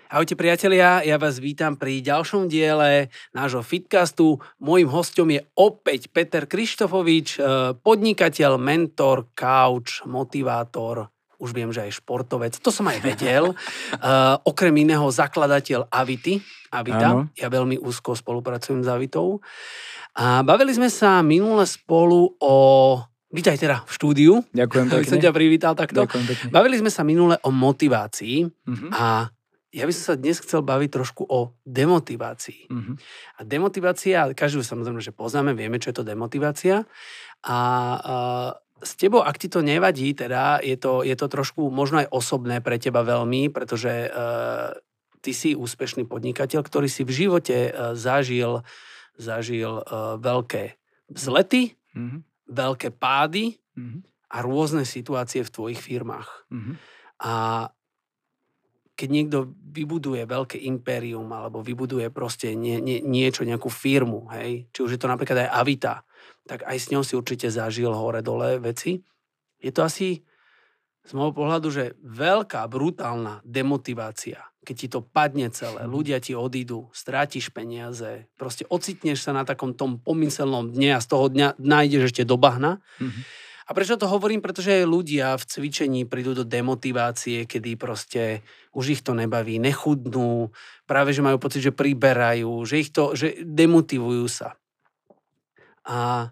Ahojte priatelia, ja vás vítam pri ďalšom diele nášho Fitcastu. Mojím hosťom je opäť Peter Krištofovič, podnikateľ, mentor, coach, motivátor, už viem, že aj športovec, to som aj vedel. Okrem iného zakladateľ Avity. Avita, ja veľmi úzko spolupracujem s Avitou. A bavili sme sa minule spolu o... Vítaj teda v štúdiu. Ďakujem pekne. Som ťa privítal takto. Ďakujem pekne. Bavili sme sa minule o motivácii a ja by som sa dnes chcel baviť trošku o demotivácii. A demotivácia, každý samozrejme, že poznáme, vieme, čo je to demotivácia. A s tebou, ak ti to nevadí, teda je to trošku možno aj osobné pre teba veľmi, pretože ty si úspešný podnikateľ, ktorý si v živote zažil veľké vzlety, veľké pády a rôzne situácie v tvojich firmách. A keď niekto vybuduje veľké impérium alebo vybuduje proste niečo, nejakú firmu, hej, či už je to napríklad aj Avita, tak aj s ňou si určite zažil hore-dole veci. Je to asi z môjho pohľadu, že veľká, brutálna demotivácia, keď ti to padne celé, ľudia ti odídu, strátiš peniaze, proste ocitneš sa na takom tom pomyselnom dne a z toho dňa nájdeš ešte do bahna. A prečo to hovorím? Pretože ľudia v cvičení prídu do demotivácie, kedy proste už ich to nebaví, nechudnú, práve že majú pocit, že priberajú, že demotivujú sa. A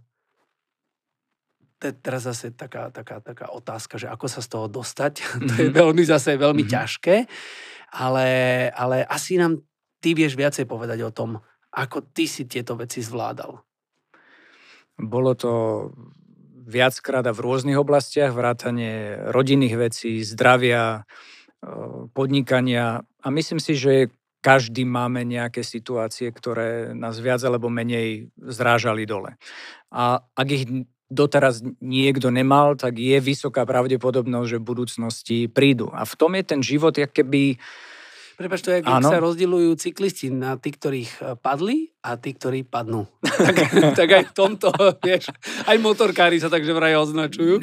teraz zase taká otázka, že ako sa z toho dostať, to je veľmi ťažké, ale asi nám ty vieš viacej povedať o tom, ako ty si tieto veci zvládal. Bolo to viackrát a v rôznych oblastiach, vrátane rodinných vecí, zdravia, podnikania a myslím si, že každý máme nejaké situácie, ktoré nás viac alebo menej zrážali dole. A ak ich doteraz niekto nemal, tak je vysoká pravdepodobnosť, že v budúcnosti prídu. A v tom je ten život, jak keby... Prepáč, to je, jak sa rozdeľujú cyklisti na tí, ktorých padli a tí, ktorí padnú. tak aj v tomto, vieš, aj motorkári sa takže vraj označujú.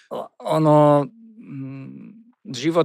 Život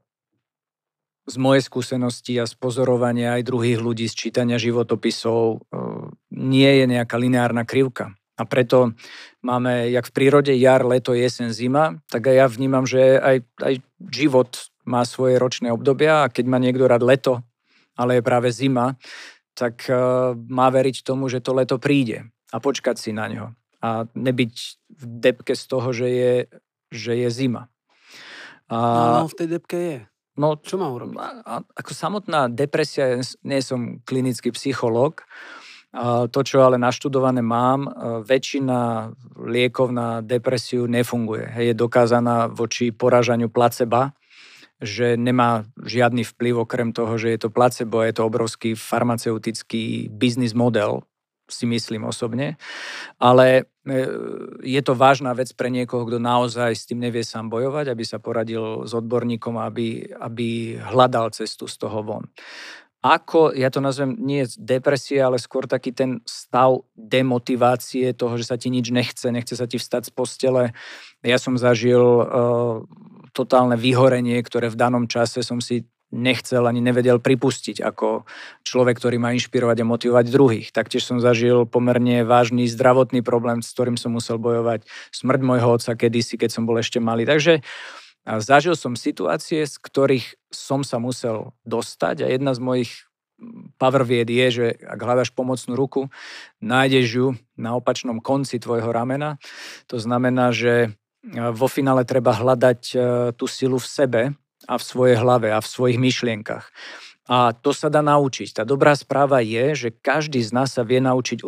z mojej skúsenosti a z pozorovania aj druhých ľudí, z čítania životopisov, nie je nejaká lineárna krivka. A preto máme, jak v prírode, jar, leto, jeseň, zima, tak aj ja vnímam, že aj život má svoje ročné obdobia a keď má niekto rád leto, ale je práve zima, tak má veriť tomu, že to leto príde a počkať si na ňo. A nebyť v depke z toho, že je zima. No v tej depke je. No, čo má urobiť? Ako samotná depresia, nie som klinický psychológ, to, čo ale naštudované mám, väčšina liekov na depresiu nefunguje. Je dokázaná voči porážaniu placeba, že nemá žiadny vplyv okrem toho, že je to placebo, je to obrovský farmaceutický biznis model, si myslím osobne. Ale je to vážna vec pre niekoho, kto naozaj s tým nevie sám bojovať, aby sa poradil s odborníkom, aby hľadal cestu z toho von. Ja to nazvem nie depresia, ale skôr taký ten stav demotivácie toho, že sa ti nič nechce sa ti vstať z postele. Ja som zažil totálne vyhorenie, ktoré v danom čase som si nechcel ani nevedel pripustiť ako človek, ktorý má inšpirovať a motivovať druhých. Taktiež som zažil pomerne vážny zdravotný problém, s ktorým som musel bojovať. Smrť môjho otca kedysi, keď som bol ešte malý. Takže zažil som situácie, z ktorých som sa musel dostať a jedna z mojich powervied je, že ak hľadaš pomocnú ruku, nájdeš ju na opačnom konci tvojho ramena. To znamená, že vo finále treba hľadať tú silu v sebe a v svojej hlave a v svojich myšlienkach. A to sa dá naučiť. Tá dobrá správa je, že každý z nás sa vie naučiť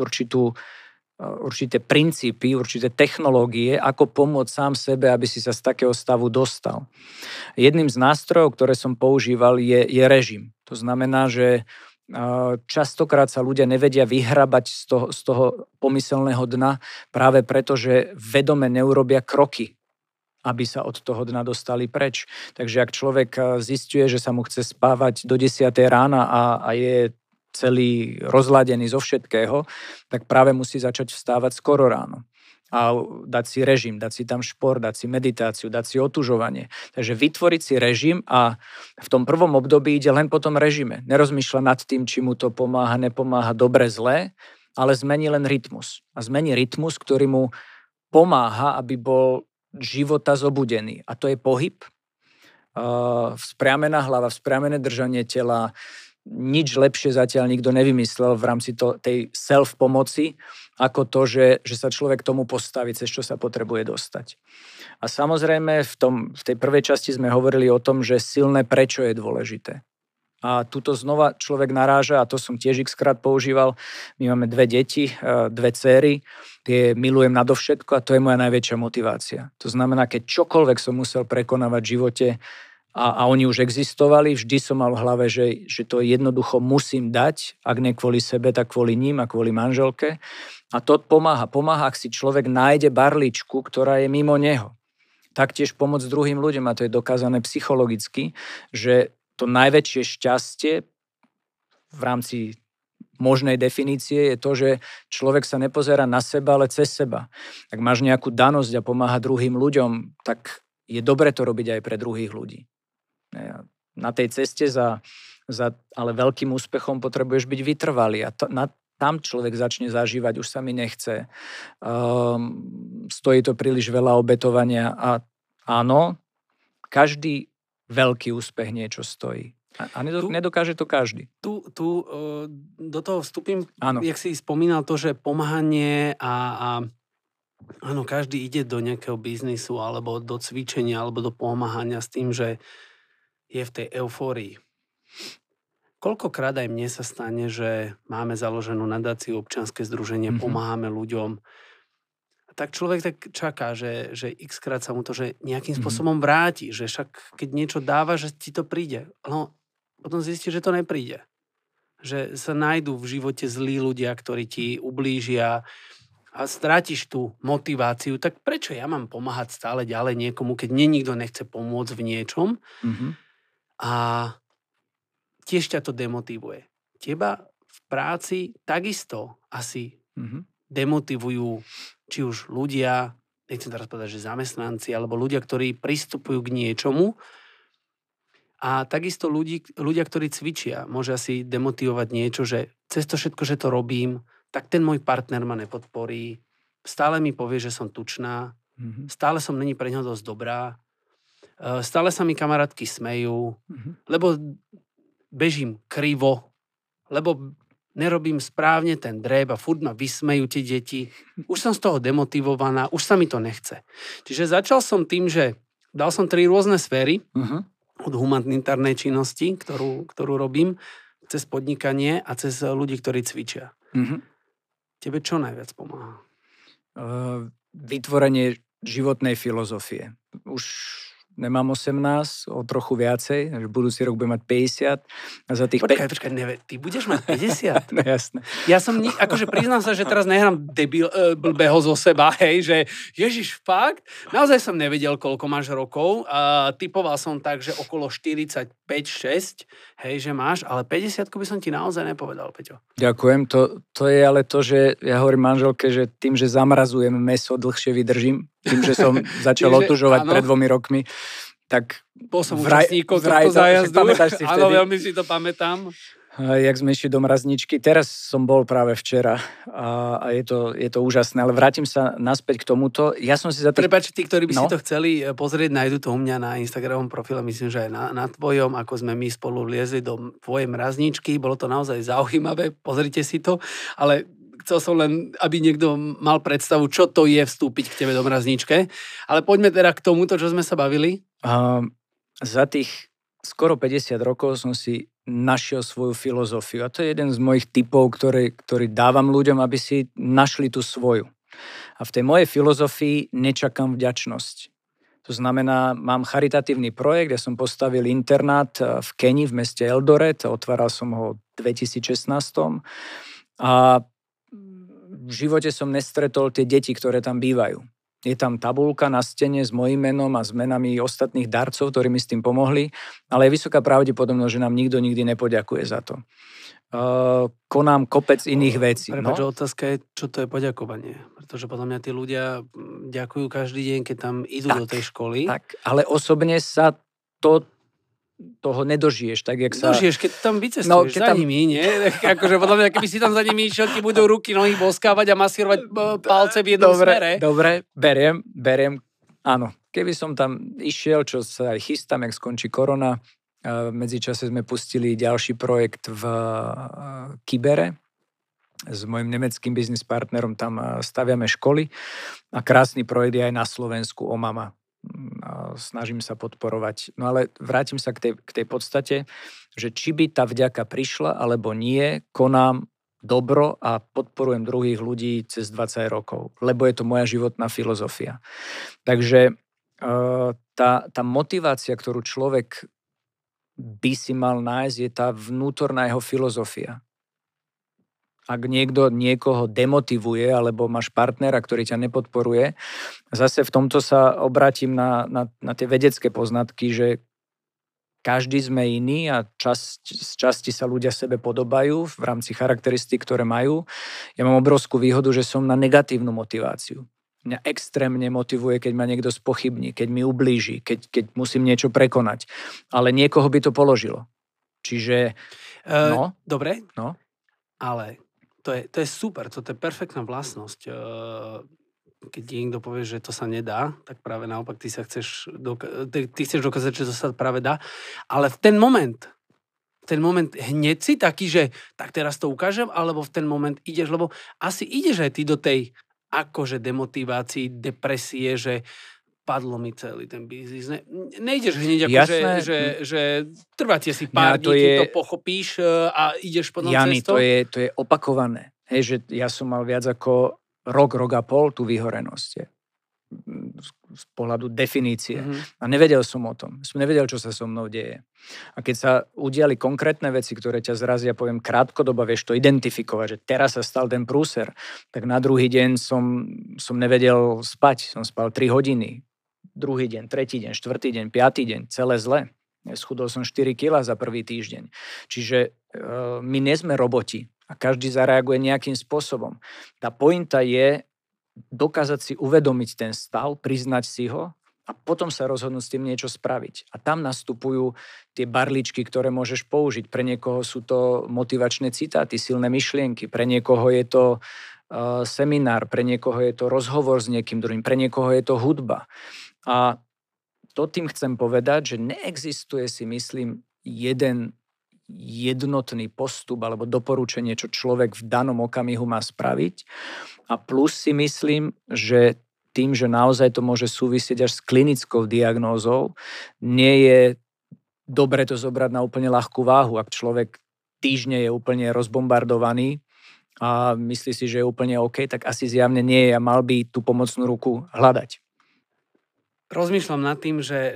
určité princípy, určité technológie, ako pomôcť sám sebe, aby si sa z takého stavu dostal. Jedným z nástrojov, ktoré som používal, je režim. To znamená, že častokrát sa ľudia nevedia vyhrabať z toho pomyselného dna práve preto, že vedome neurobia kroky, aby sa od toho dna dostali preč. Takže ak človek zisťuje, že sa mu chce spávať do 10. rána a je celý rozladený zo všetkého, tak práve musí začať vstávať skoro ráno. a dať si režim, dať si tam šport, dať si meditáciu, dať si otužovanie. Takže vytvoriť si režim a v tom prvom období ide len po tom režime. Nerozmýšľa nad tým, či mu to pomáha, nepomáha, dobre, zlé, ale zmení len rytmus. A zmení rytmus, ktorý mu pomáha, aby bol života zobudený. A to je pohyb, vzpriamená hlava, vzpriamené držanie tela. Nič lepšie zatiaľ nikto nevymyslel v rámci tej self-pomoci, ako to, že sa človek tomu postaví, cez čo sa potrebuje dostať. A samozrejme v tej prvej časti sme hovorili o tom, že silné prečo je dôležité. A tuto znova človek naráža, a to som tiež x-krát používal. My máme 2 deti, 2 céry, tie milujem nadovšetko a to je moja najväčšia motivácia. To znamená, keď čokoľvek som musel prekonávať v živote a oni už existovali, vždy som mal v hlave, že to jednoducho musím dať, ak nie kvôli sebe, tak kvôli ním a kvôli manželke. A to pomáha. Pomáha, ak si človek nájde barličku, ktorá je mimo neho. Taktiež pomoc druhým ľuďom, a to je dokázané psychologicky, že to najväčšie šťastie v rámci možnej definície je to, že človek sa nepozerá na seba, ale cez seba. Ak máš nejakú danosť a pomáha druhým ľuďom, tak je dobre to robiť aj pre druhých ľudí. Na tej ceste za ale veľkým úspechom potrebuješ byť vytrvalý a tam človek začne zažívať, už sa mi nechce. Stojí to príliš veľa obetovania a áno, každý veľký úspech niečo stojí. A nedokáže to každý. Tu do toho vstúpim, jak si spomínal to, že pomáhanie a áno, každý ide do nejakého biznisu alebo do cvičenia alebo do pomáhania s tým, že je v tej eufórii. Koľkokrát aj mne sa stane, že máme založenú nadáciu, občianske združenie, pomáhame ľuďom. Tak človek tak čaká, že x-krát sa mu to že nejakým spôsobom vráti, že však keď niečo dáva, že ti to príde. No, potom zistí, že to nepríde. Že sa nájdú v živote zlí ľudia, ktorí ti ublížia a strátiš tú motiváciu. Tak prečo ja mám pomáhať stále ďalej niekomu, keď nikto nechce pomôcť v niečom? A tiež ťa to demotivuje. Teba v práci takisto asi demotivujú či už ľudia, nechcem teraz povedať, že zamestnanci, alebo ľudia, ktorí pristupujú k niečomu. A takisto ľudia, ktorí cvičia, môže asi demotivovať niečo, že cez to všetko, že to robím, tak ten môj partner ma nepodporí. Stále mi povie, že som tučná. Stále som není pre neho dosť dobrá. Stále sa mi kamarátky smejú, lebo bežím krivo, lebo nerobím správne ten dreb a furt ma vysmejú tie deti. Už som z toho demotivovaná, už sa mi to nechce. Čiže začal som tým, že dal som 3 rôzne sféry od humanitárnej činnosti, ktorú robím, cez podnikanie a cez ľudí, ktorí cvičia. Tebe čo najviac pomáha? Vytvorenie životnej filozofie. Už nemám 18, o trochu viacej, že budúci rok budem mať 50. A za tých Počkaj, ty budeš mať 50? No jasné. Ja som, akože priznám sa, že teraz nehrám blbého zo seba, hej, že Ježiš, fakt, naozaj som nevedel, koľko máš rokov. Typoval som tak, že okolo 45-6, hej, že máš, ale 50 by som ti naozaj nepovedal, Peťo. Ďakujem, to je ale to, že ja hovorím manželke, že tým, že zamrazujem mäso, dlhšie vydržím. Tým, že som začal otužovať pred 2 rokmi, tak bol som účastníkov tohto zájazdu. Pamätáš si vtedy? Áno, veľmi si to pamätám. Jak sme išli do mrazničky. Teraz som bol práve včera a je to úžasné, ale vrátim sa naspäť k tomuto. Ja som si za Prepáč, tí, ktorí by si to chceli pozrieť, nájdu to u mňa na Instagramovom profile, myslím, že aj na tvojom, ako sme my spolu vliezli do tvojej mrazničky. Bolo to naozaj zaujímavé, pozrite si to, ale chcel som len, aby niekto mal predstavu, čo to je vstúpiť k tebe do mrazničke. Ale poďme teda k tomuto, čo sme sa bavili. Za tých skoro 50 rokov som si našiel svoju filozofiu. A to je jeden z mojich typov, ktorý dávam ľuďom, aby si našli tú svoju. A v tej mojej filozofii nečakám vďačnosť. To znamená, mám charitatívny projekt, ja som postavil internát v Kenii, v meste Eldoret, otváral som ho v 2016. A v živote som nestretol tie deti, ktoré tam bývajú. Je tam tabuľka na stene s mojím menom a s menami ostatných darcov, ktorí mi s tým pomohli, ale je vysoká pravdepodobnosť, že nám nikto nikdy nepoďakuje za to. Konám kopec iných vecí. Prepáč, otázka je, čo to je poďakovanie. Pretože podľa mňa tí ľudia ďakujú každý deň, keď tam idú do tej školy. Tak, ale osobne sa toho nedožiješ, tak jak sa... Dožiješ, keď tam vycestuješ za nimi, nie? Akože podľa mňa, keby si tam za nimi išiel, ti budú ruky, nohy boskávať a masírovať palce v jednom smere. Dobre, beriem, áno. Keby som tam išiel, čo sa aj chystám, jak skončí korona, v medzičase sme pustili ďalší projekt v Kybere. S mojim nemeckým biznis partnerom tam staviame školy a krásny projekt je aj na Slovensku o mama. Snažím sa podporovať. No ale vrátim sa k tej podstate, že či by tá vďaka prišla, alebo nie, konám dobro a podporujem druhých ľudí cez 20 rokov, lebo je to moja životná filozofia. Takže tá motivácia, ktorú človek by si mal nájsť, je tá vnútorná jeho filozofia. Ak niekto niekoho demotivuje, alebo máš partnera, ktorý ťa nepodporuje, zase v tomto sa obrátim na tie vedecké poznatky, že každý sme iný a z časti sa ľudia sebe podobajú v rámci charakteristík, ktoré majú. Ja mám obrovskú výhodu, že som na negatívnu motiváciu. Mňa extrémne motivuje, keď ma niekto spochybní, keď mi ublíži, keď musím niečo prekonať. Ale niekoho by to položilo. Čiže... Dobre, no. Ale... To je super, to je perfektná vlastnosť. Keď niekto povie, že to sa nedá, tak práve naopak ty chceš dokázať, že to sa práve dá. Ale v ten moment hneď si taký, že tak teraz to ukážem, alebo v ten moment ideš, lebo asi ideš aj ty do tej akože demotivácii, depresie, že padlo mi celý ten biznis. Nejdeš hneď ako, že trváte si pár dní, ty to pochopíš a ideš potom cestou? Jani, to je opakované. Hej, že ja som mal viac ako rok a pol tú vyhorenosť. Z pohľadu definície. A nevedel som o tom. Som nevedel, čo sa so mnou deje. A keď sa udiali konkrétne veci, ktoré ťa zrazia, poviem krátkodobo, vieš to identifikovať, že teraz sa stal ten prúser, tak na druhý deň som nevedel spať. Som spal 3 hodiny. Druhý deň, tretí deň, štvrtý deň, piatý deň, celé zle. Schudol som 4 kg za prvý týždeň. Čiže my nie sme roboti a každý zareaguje nejakým spôsobom. Tá pointa je dokázať si uvedomiť ten stav, priznať si ho a potom sa rozhodnúť s tým niečo spraviť. A tam nastupujú tie barličky, ktoré môžeš použiť. Pre niekoho sú to motivačné citáty, silné myšlienky, pre niekoho je to seminár, pre niekoho je to rozhovor s niekým druhým, pre niekoho je to hudba. A to tým chcem povedať, že neexistuje, si myslím, jeden jednotný postup alebo doporučenie, čo človek v danom okamihu má spraviť. A plus si myslím, že tým, že naozaj to môže súvisieť až s klinickou diagnózou, nie je dobre to zobrať na úplne ľahkú váhu. Ak človek týždne je úplne rozbombardovaný a myslí si, že je úplne OK, tak asi zjavne nie je a mal by tú pomocnú ruku hľadať. Rozmýšľam nad tým, že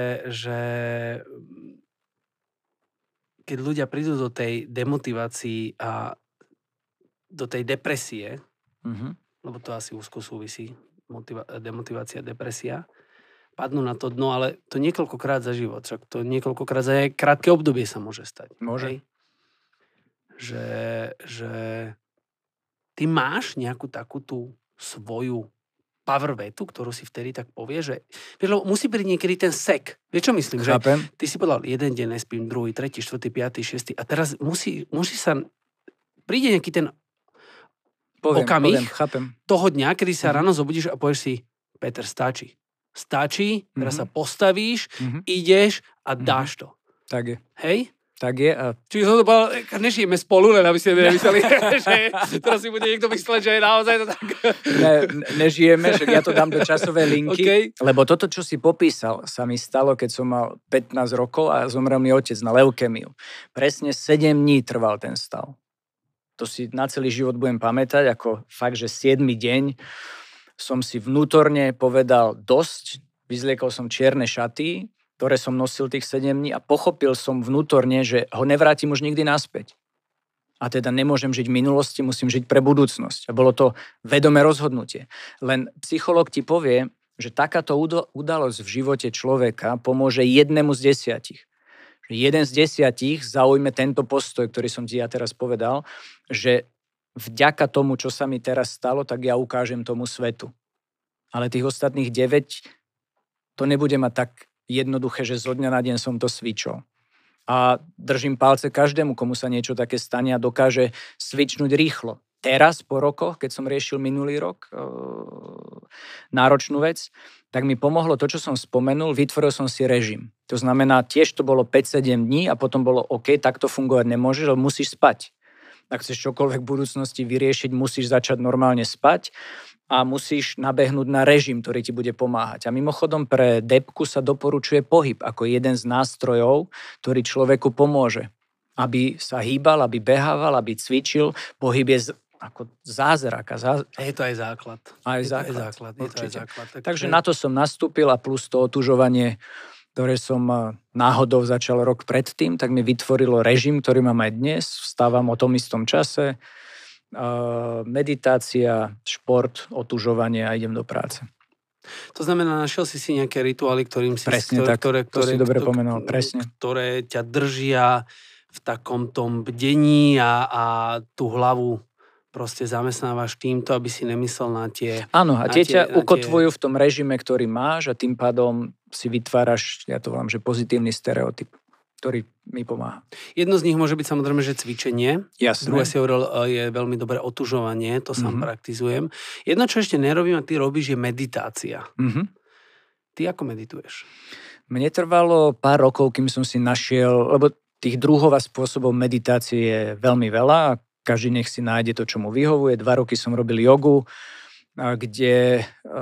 keď ľudia prídu do tej demotivácii a do tej depresie, lebo to asi úzko súvisí, demotivácia, depresia, padnú na to dno, ale to niekoľkokrát za život, však to niekoľkokrát za krátke obdobie sa môže stať. Môže. Že ty máš nejakú takú tú svoju power vetu, ktorú si vtedy tak povie, že musí byť niekedy ten sek. Vieš, čo myslím? Chápem. Že ty si povedal, jeden deň nespím, druhý, tretí, štvrtý, piatý, šiestý a teraz musí sa príde nejaký ten okamih toho dňa, kedy sa ráno zobudíš a povieš si, Peter, stačí, teraz sa postavíš, ideš a dáš to. Tak je. Hej? Tak je. A... Čiže som to povedal, nežijeme spolu, len aby ste nemysleli, že teraz si bude niekto mysleť, že je naozaj to tak. Nežijeme, že ja to dám do časovej linky, lebo toto, čo si popísal, sa mi stalo, keď som mal 15 rokov a zomrel mi otec na leukemiu. Presne 7 dní trval ten stav. To si na celý život budem pamätať, ako fakt, že 7. deň som si vnútorne povedal dosť, vyzliekol som čierne šaty, ktoré som nosil tých 7 dní a pochopil som vnútorne, že ho nevrátim už nikdy naspäť. A teda nemôžem žiť v minulosti, musím žiť pre budúcnosť. A bolo to vedomé rozhodnutie. Len psychológ ti povie, že takáto udalosť v živote človeka pomôže 1 z 10. 1 z 10 zaujme tento postoj, ktorý som ti ja teraz povedal, že vďaka tomu, čo sa mi teraz stalo, tak ja ukážem tomu svetu. Ale tých ostatných 9 to nebude mať tak jednoduché, že zo dňa na deň som to switchol. A držím palce každému, komu sa niečo také stane a dokáže switchnúť rýchlo. Teraz, po rokoch, keď som riešil minulý rok náročnú vec, tak mi pomohlo to, čo som spomenul, vytvoril som si režim. To znamená, tiež to bolo 5-7 dní a potom bolo OK, takto fungovať nemôžeš, ale musíš spať. Ak chceš čokoľvek v budúcnosti vyriešiť, musíš začať normálne spať a musíš nabehnúť na režim, ktorý ti bude pomáhať. A mimochodom pre depku sa doporučuje pohyb ako jeden z nástrojov, ktorý človeku pomôže. Aby sa hýbal, aby behával, aby cvičil. Pohyb je ako zázrak. Je to aj základ. Je to aj základ. Takže na to som nastúpil a plus to otužovanie, ktoré som náhodou začal rok predtým, tak mi vytvorilo režim, ktorý mám aj dnes. Vstávam o tom istom čase. Meditácia, šport, otužovanie a idem do práce. To znamená, našiel si nejaké rituály, ktorým si... Presne tak, to si dobre pomenoval, presne. Ktoré ťa držia v takom tom bdení a tú hlavu proste zamestnávaš týmto, aby si nemyslel na tie... Áno, a tie ťa ukotvujú v tom režime, ktorý máš a tým pádom si vytváraš, ja to volám, že pozitívny stereotyp, ktorý mi pomáha. Jedno z nich môže byť samozrejme, že cvičenie. Jasné. Druhé si hovoril, je veľmi dobré otužovanie, to sám praktizujem. Jedno, čo ešte nerobím a ty robíš, je meditácia. Ty ako medituješ? Mne trvalo pár rokov, kým som si našiel, lebo tých druhov a spôsobov meditácie je veľmi veľa. Každý nech si nájde to, čo mu vyhovuje. 2 roky som robil jogu, kde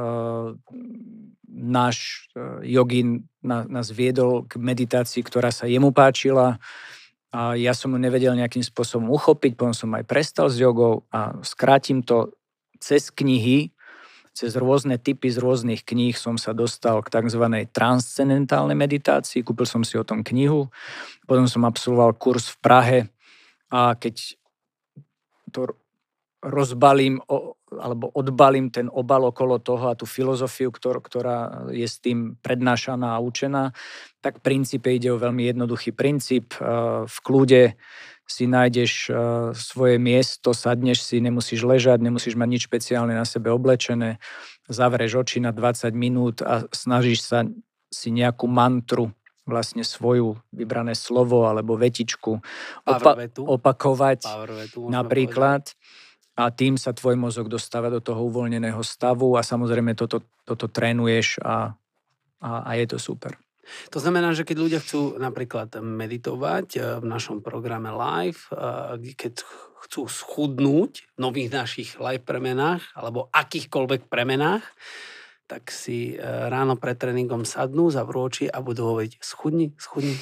náš jogín nás viedol k meditácii, ktorá sa jemu páčila. A ja som ju nevedel nejakým spôsobom uchopiť, potom som aj prestal s jogou a skrátim to cez knihy, cez rôzne typy z rôznych kníh som sa dostal k tzv. Transcendentálnej meditácii. Kúpil som si o tom knihu, potom som absolvoval kurz v Prahe a keď to rozbalím alebo odbalím ten obal okolo toho a tú filozofiu, ktorá je s tým prednášaná a učená, tak v princípe ide o veľmi jednoduchý princíp. V kľude si nájdeš svoje miesto, sadneš si, nemusíš ležať, nemusíš mať nič špeciálne na sebe oblečené, zavrieš oči na 20 minút a snažíš sa si nejakú mantru, vlastne svoju vybrané slovo alebo vetičku opakovať napríklad a tým sa tvoj mozog dostáva do toho uvoľneného stavu a samozrejme toto trénuješ a je to super. To znamená, že keď ľudia chcú napríklad meditovať v našom programe live, keď chcú schudnúť v nových našich live premenách alebo akýchkoľvek premenách, tak si ráno pred tréningom sadnú, zavrú oči a budú hovoriť schudni.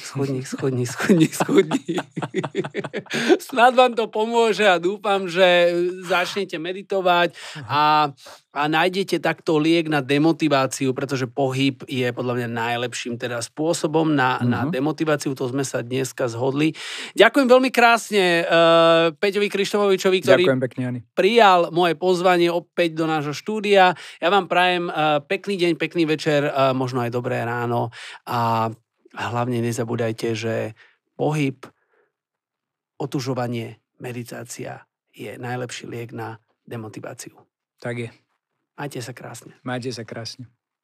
Snad vám to pomôže a dúfam, že začnete meditovať a nájdete takto liek na demotiváciu, pretože pohyb je podľa mňa najlepším teda spôsobom na demotiváciu, to sme sa dneska zhodli. Ďakujem veľmi krásne Peťovi Krištofovičovi, ktorý prijal moje pozvanie opäť do nášho štúdia. Ja vám prajem pekný deň, pekný večer, možno aj dobré ráno a hlavne nezabúdajte, že pohyb, otužovanie, meditácia je najlepší liek na demotiváciu. Tak je. Majte sa krásne. Majte sa krásne.